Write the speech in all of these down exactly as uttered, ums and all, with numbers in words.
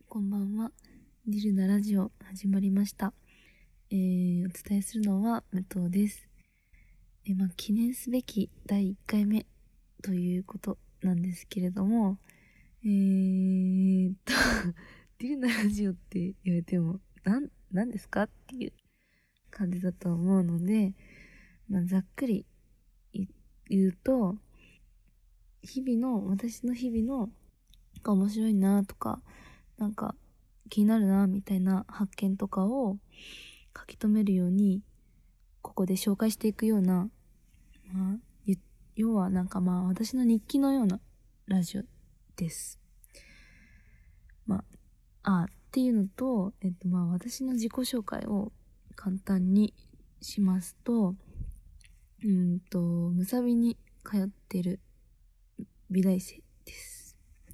こんばんは。ディルナラジオ始まりました。えー、お伝えするのは武藤です。えー、まあ、記念すべきだいいっかいめということなんですけれども、えーと、ディルナラジオって言われても、なん、なんですかっていう感じだと思うので、まあ、ざっくり言うと、日々の、私の日々の、が面白いなとか、なんか気になるなみたいな発見とかを書き留めるように、ここで紹介していくような、まあ、要はなんかまあ私の日記のようなラジオです。まあ、あっていうのと、えっとまあ私の自己紹介を簡単にしますと、うんと、むさびに通ってる美大生です。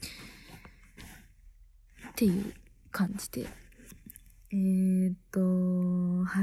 っていう感じで。えーっと、はい。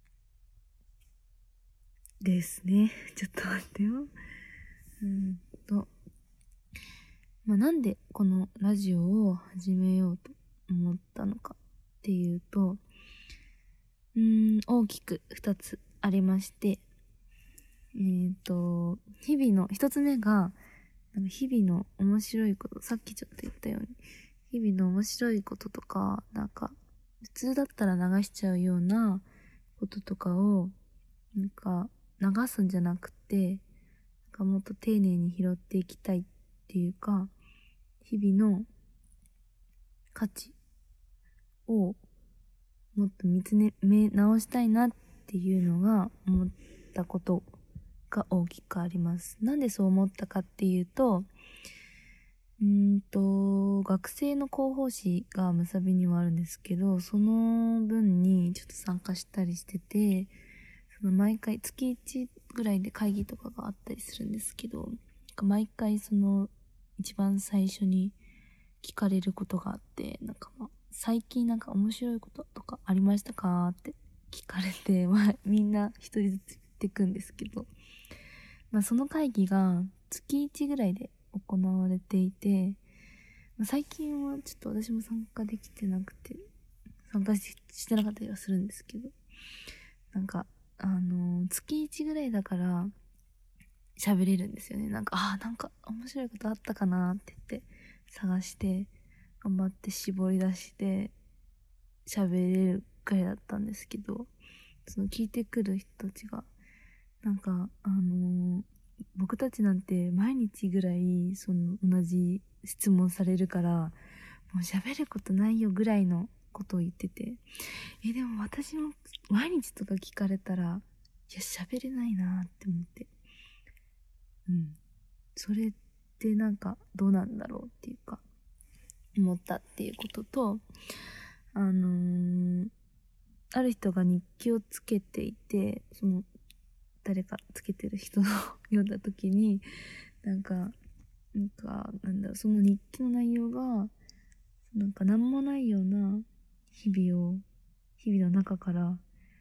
ですね。ちょっと待ってよ。うんと。まあ、なんでこのラジオを始めようと思ったのかっていうと、うーん、大きく二つありまして、えーっと、日々の、一つ目が、なんか日々の面白いこと、さっきちょっと言ったように、日々の面白いこととか、なんか、普通だったら流しちゃうようなこととかを、なんか、流すんじゃなくて、なんかもっと丁寧に拾っていきたいっていうか、日々の価値をもっと見つめ直したいなっていうのが思ったことが大きくあります。なんでそう思ったかっていうと、うーんと、学生の広報誌がむさびにはあるんですけど、その分にちょっと参加したりしてて、その毎回月いちぐらいで会議とかがあったりするんですけど、毎回その一番最初に聞かれることがあって、なんかまあ、最近なんか面白いこととかありましたかって聞かれて、まあみんな一人ずつ言ってくんですけど、まあその会議が月いちぐらいで行われていて、まあ、最近はちょっと私も参加できてなくて、参加ししてなかったりはするんですけど、なんか、あのー、月いちぐらいだから喋れるんですよね。なんか、ああ、なんか面白いことあったかなって言って探して、頑張って絞り出して喋れるくらいだったんですけど、その聞いてくる人たちが、なんか、あのー、僕たちなんて毎日ぐらいその同じ質問されるから、もう喋ることないよぐらいのことを言ってて、え、でも私も毎日とか聞かれたら、いや、喋れないなって思って。うん。それってなんかどうなんだろうっていうか、思ったっていうことと、あのー、ある人が日記をつけていて、その、誰かつけてる人を読んだ時に、なんか、なんか、なんだろう、その日記の内容が、なんか何もないような日々を、日々の中から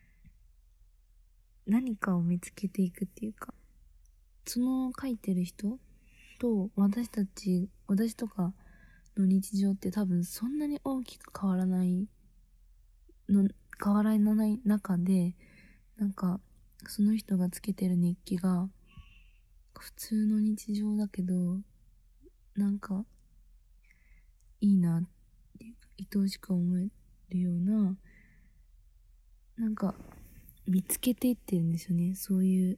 何かを見つけていくっていうか、その書いてる人と私たち、私とかの日常って多分そんなに大きく変わらないの、変わらない中で、なんか、その人がつけてる日記が、普通の日常だけど、なんか、いいなっていうか、愛おしく思えるような、なんか、見つけていってるんですよね。そういう、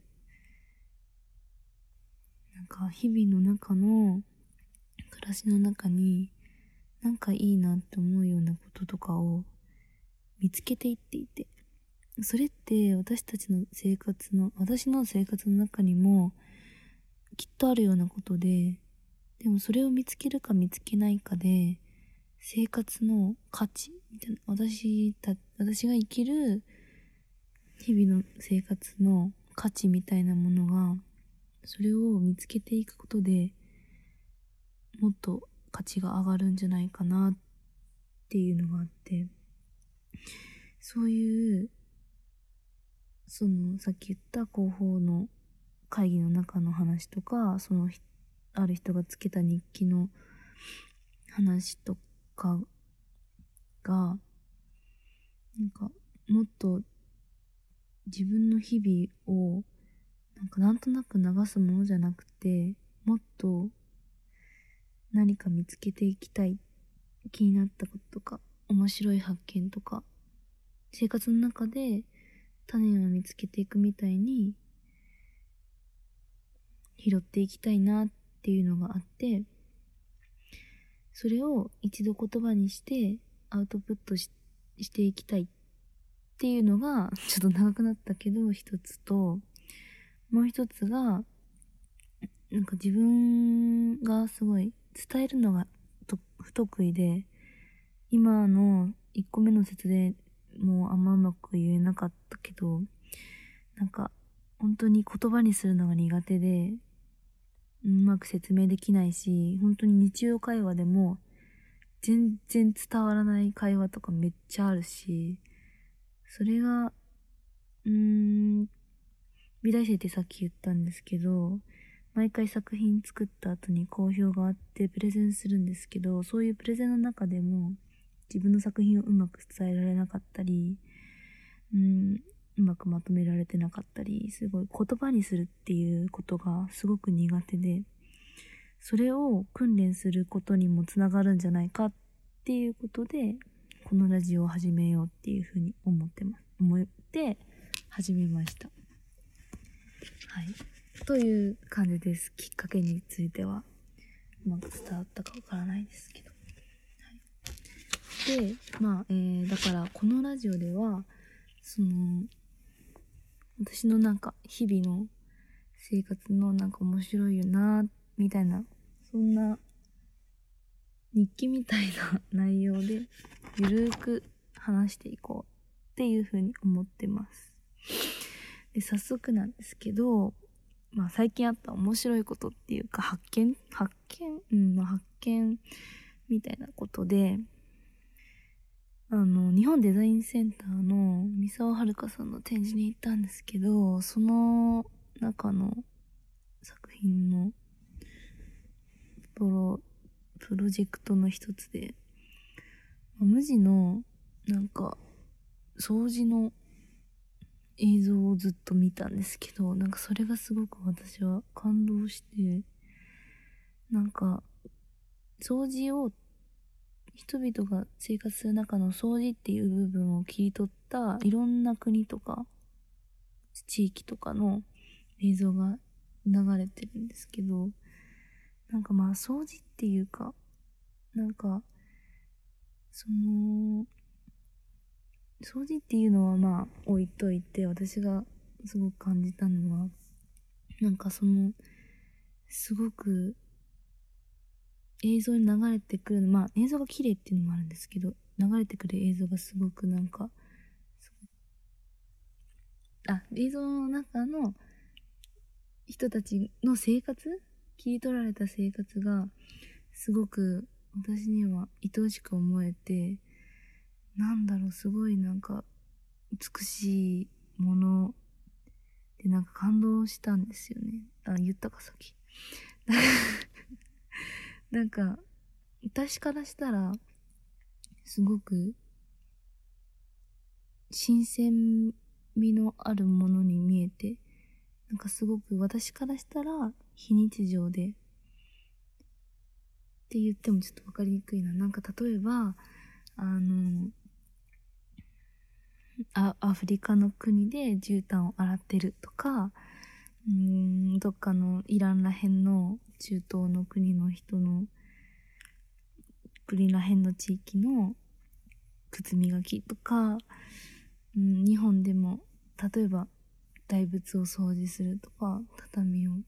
なんか、日々の中の、暮らしの中に、なんかいいなって思うようなこととかを見つけていっていて、それって私たちの生活の、私の生活の中にもきっとあるようなことで、でもそれを見つけるか見つけないかで、生活の価値みたいな、私た、私が生きる日々の生活の価値みたいなものが、それを見つけていくことでもっと価値が上がるんじゃないかなっていうのがあって、そういう、そのさっき言った広報の会議の中の話とか、そのある人がつけた日記の話とかが、なんかもっと自分の日々をなんかなんとなく流すものじゃなくて、もっと何か見つけていきたい、気になったこととか面白い発見とか、生活の中で種を見つけていくみたいに拾っていきたいなっていうのがあって、それを一度言葉にしてアウトプット し, していきたいっていうのがちょっと長くなったけど一つと、もう一つがなんか自分がすごい伝えるのがと不得意で、今のいっこめの説でもうあんまうまく言えなかったけど、なんか本当に言葉にするのが苦手でうまく説明できないし、本当に日常会話でも全然伝わらない会話とかめっちゃあるし、それがうーん美大生ってさっき言ったんですけど、毎回作品作った後に好評があってプレゼンするんですけど、そういうプレゼンの中でも自分の作品をうまく伝えられなかったり、うーんうまくまとめられてなかったり、すごい言葉にするっていうことがすごく苦手で、それを訓練することにもつながるんじゃないかっていうことで、このラジオを始めようっていうふうに思ってます思って始めました。はい、という感じです。きっかけについてはうまく伝わったかわからないですけど、はい、でまあ、えー、だからこのラジオではその私のなんか日々の生活のなんか面白いよなみたいな、そんな日記みたいな内容でゆるーく話していこうっていう風に思ってます。で、早速なんですけど、まあ最近あった面白いことっていうか発見発見うんまあ発見みたいなことで、あの日本デザインセンターの三沢遥さんの展示に行ったんですけど、その中の作品のプロプロジェクトの一つで、無地のなんか掃除の映像をずっと見たんですけど、なんかそれがすごく私は感動して、なんか掃除を人々が生活する中の掃除っていう部分を切り取ったいろんな国とか地域とかの映像が流れてるんですけど、なんかまあ掃除っていうか、なんかその掃除っていうのはまあ置いといて、私がすごく感じたのは、なんかそのすごく映像に流れてくるの、まあ映像が綺麗っていうのもあるんですけど、流れてくる映像がすごくなんか、あ、映像の中の人たちの生活、切り取られた生活がすごく私には愛おしく思えて、なんだろう、すごいなんか美しいものでなんか感動したんですよね。あ、言ったかさっき。なんか私からしたらすごく新鮮味のあるものに見えて、なんかすごく私からしたら非日常でって言ってもちょっと分かりにくいな。なんか例えばあのあアフリカの国で絨毯を洗ってるとか、うーんどっかのイランらへんの中東の国の人の国らへんの地域の靴磨きとか、うん、日本でも例えば大仏を掃除するとか、畳を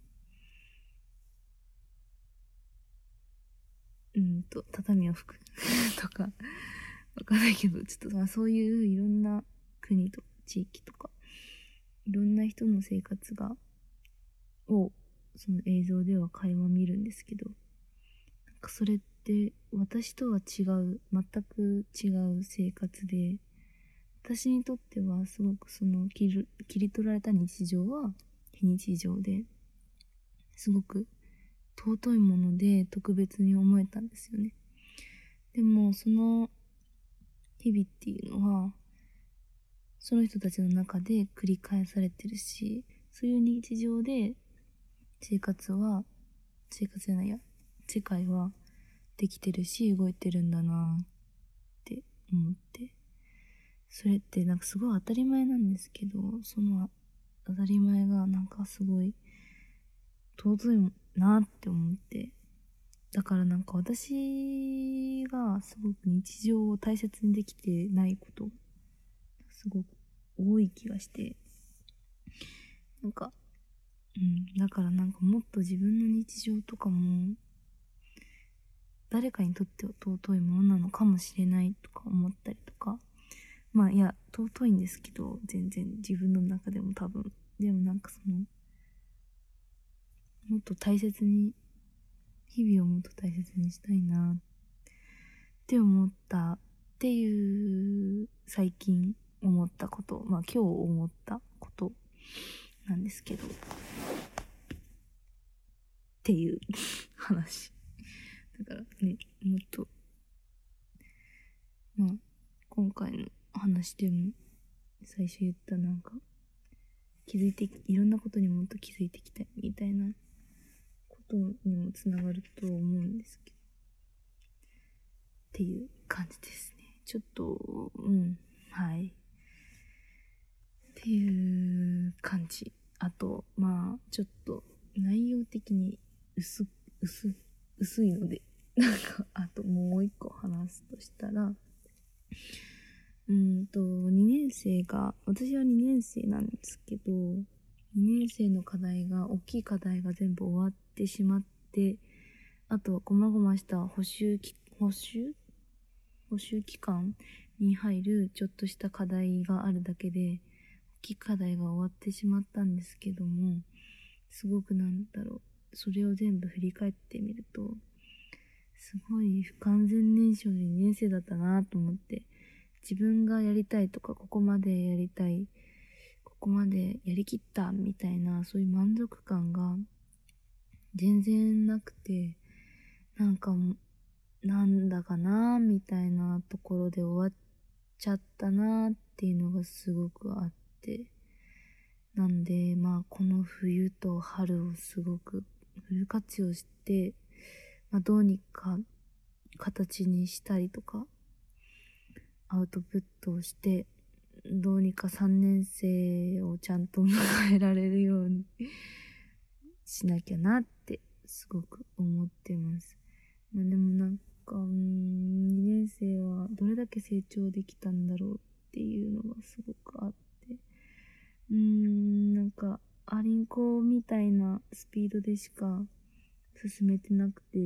うんと畳を拭くとかわかんないけど、ちょっとまあそういういろんな国とか地域とかいろんな人の生活がをその映像では垣間見るんですけど、なんかそれって私とは違う、全く違う生活で、私にとってはすごくその切り、切り取られた日常は非日常ですごく尊いもので特別に思えたんですよね。でもその日々っていうのはその人たちの中で繰り返されてるし、そういう日常で生活は生活じゃないや世界はできてるし動いてるんだなって思って、それってなんかすごい当たり前なんですけど、その当たり前がなんかすごい尊いなって思って、だからなんか私がすごく日常を大切にできてないことがすごく多い気がして、なんかうんだからなんかもっと自分の日常とかも誰かにとっては尊いものなのかもしれないとか思ったりとか、まあいや尊いんですけど全然自分の中でも多分でもなんかそのもっと大切に日々をもっと大切にしたいなって思ったっていう最近思ったこと、まあ今日思ったことなんですけどっていう話だからね、もっとまあ今回の話でも最初言ったなんか気づいていろんなことにもっと気づいていきたいみたいなことにもつながると思うんですけどっていう感じですね。ちょっとうんはいっていう感じ。あとまあちょっと内容的に薄薄薄いのでなんかあともう一個話すとしたら、うんとにねん生が私はにねん生なんですけど、にねん生の課題が大きい課題が全部終わってしまって、あとは細々した補習き補習補習期間に入るちょっとした課題があるだけで大きい課題が終わってしまったんですけども、すごくなんだろうそれを全部振り返ってみるとすごい不完全燃焼のにねん生だったなと思って、自分がやりたいとかここまでやりたいここまでやりきったみたいなそういう満足感が全然なくて、なんかなんだかなみたいなところで終わっちゃったなっていうのがすごくあって、なんでまあこの冬と春をすごくフル活用して、まあ、どうにか形にしたりとかアウトプットをしてどうにかさんねん生をちゃんと迎えられるようにしなきゃなってすごく思ってます。まあでもなんかうんにねん生はどれだけ成長できたんだろうっていうのがすごくあって、うーんなんかアリンコみたいなスピードでしか進めてなくて、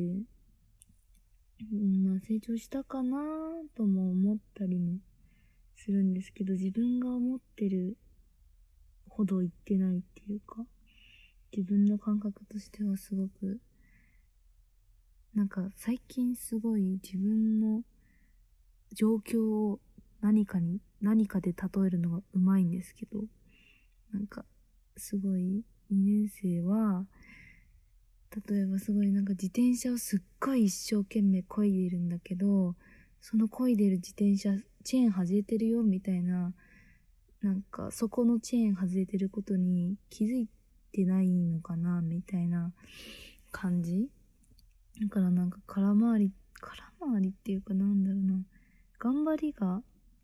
うんまあ成長したかなとも思ったりもするんですけど、自分が思ってるほどいってないっていうか、自分の感覚としてはすごくなんか最近すごい自分の状況を何かに何かで例えるのがうまいんですけど、なんかすごいにねん生は例えばすごいなんか自転車をすっごい一生懸命漕いでいるんだけど、その漕いでる自転車チェーン外れてるよみたいな、なんかそこのチェーン外れてることに気づいてないのかなみたいな感じだから、なんか空回り空回りっていうかなんだろうな、頑張りが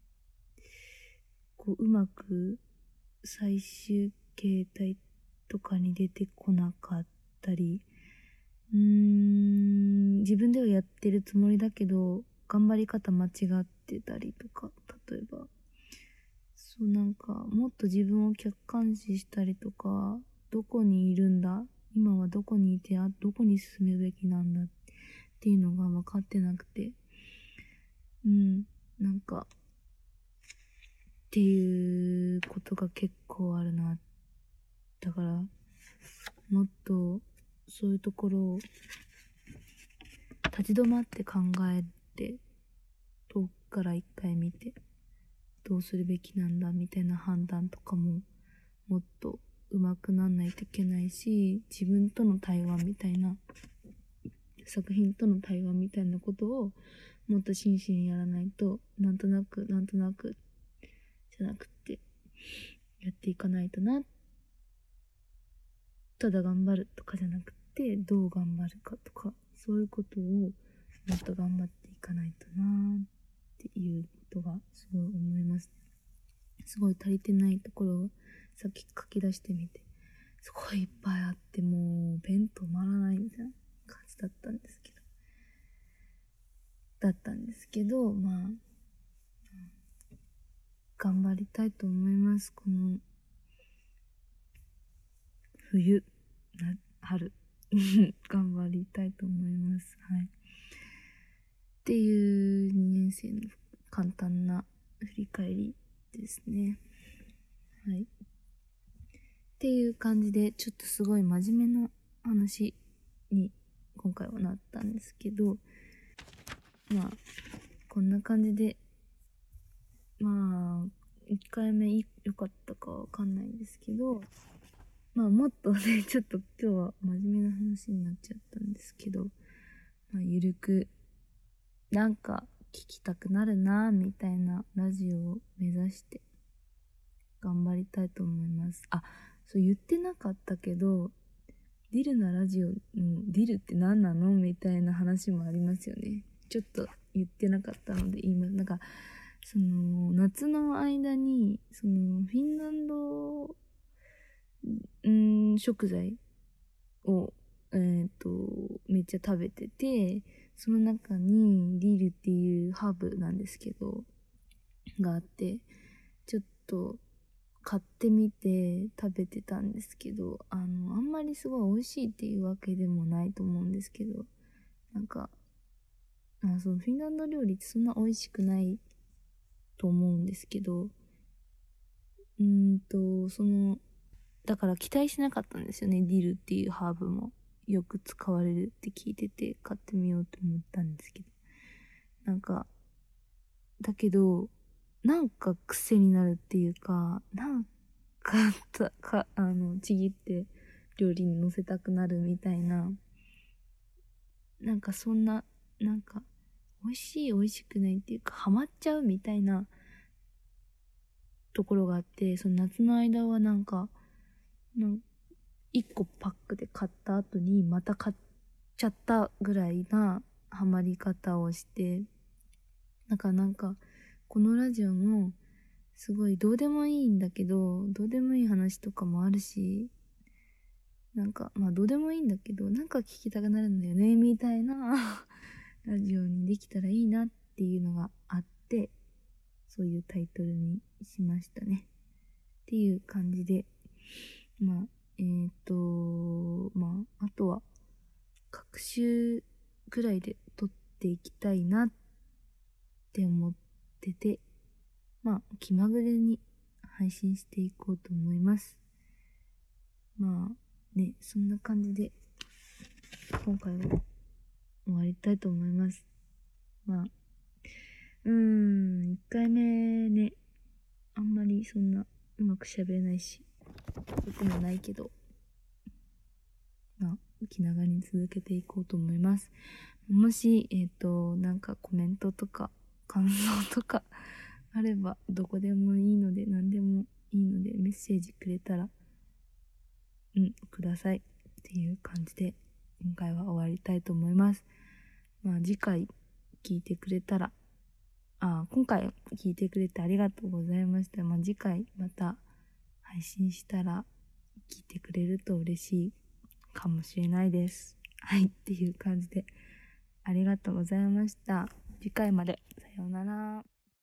こううまく最終形態とかに出てこなかったり、うーん自分ではやってるつもりだけど頑張り方間違ってたりとか、例えばそうなんかもっと自分を客観視したりとか、どこにいるんだ今はどこにいて、あどこに進むべきなんだっていうのが分かってなくて、うんなんかっていうことが結構あるな。だからもっとそういうところを立ち止まって考えて、遠くから一回見てどうするべきなんだみたいな判断とかももっと上手くなんないといけないし、自分との対話みたいな作品との対話みたいなことをもっと真摯にやらないと、なんとなくなんとなくじゃなくてやっていかないとな。ただ頑張るとかじゃなくて、どう頑張るかとか、そういうことをもっと頑張っていかないとなっていうことがすごい思います。すごい足りてないところをさっき書き出してみて、すごいいっぱいあって、もうペン止まらないみたいな感じだったんですけどだったんですけどまあ頑張りたいと思います。この冬な春頑張りたいと思います。はい。っていうにねん生の簡単な振り返りですね。はい。っていう感じで、ちょっとすごい真面目な話に今回はなったんですけど、まあ、こんな感じで、まあ、いっかいめ良かったかわかんないんですけど、まあもっとね、ちょっと今日は真面目な話になっちゃったんですけど、まあゆるく、なんか聞きたくなるなみたいなラジオを目指して頑張りたいと思います。あ、そう言ってなかったけど、ディルなラジオのディルって何なのみたいな話もありますよね。ちょっと言ってなかったので言います。なんか、その、夏の間に、その、フィンランド、ん食材を、えっと、めっちゃ食べてて、その中にディルっていうハーブなんですけど、があって、ちょっと買ってみて食べてたんですけど、あの、あんまりすごい美味しいっていうわけでもないと思うんですけど、なんか、あそのフィンランド料理ってそんな美味しくないと思うんですけど、うーんと、その、だから期待しなかったんですよね。ディルっていうハーブもよく使われるって聞いてて買ってみようと思ったんですけど。なんか、だけど、なんか癖になるっていうか、なんか、たか、あの、ちぎって料理に乗せたくなるみたいな、なんかそんな、なんか、美味しい美味しくないっていうか、ハマっちゃうみたいなところがあって、その夏の間はなんか、なんいっこパックで買った後にまた買っちゃったぐらいなハマり方をして、なんかなんか、このラジオもすごいどうでもいいんだけど、どうでもいい話とかもあるし、なんか、まあどうでもいいんだけど、なんか聞きたくなるんだよね、みたいなラジオにできたらいいなっていうのがあって、そういうタイトルにしましたね。っていう感じで、まあ、えーと、まあ、あとは、各週くらいで撮っていきたいなって思ってて、まあ、気まぐれに配信していこうと思います。まあ、ね、そんな感じで、今回は終わりたいと思います。まあ、うーん、いっかいめね、あんまりそんなうまく喋れないし、僕もないけど、まあ、気長に続けていこうと思います。もし、えっと、なんかコメントとか感想とかあれば、どこでもいいので、何でもいいので、メッセージくれたら、うん、くださいっていう感じで、今回は終わりたいと思います。まあ、次回聞いてくれたら、あ、今回聞いてくれてありがとうございました。まあ、次回また配信したら聞いてくれると嬉しいかもしれないです。はい、っていう感じでありがとうございました。次回まで。さようなら。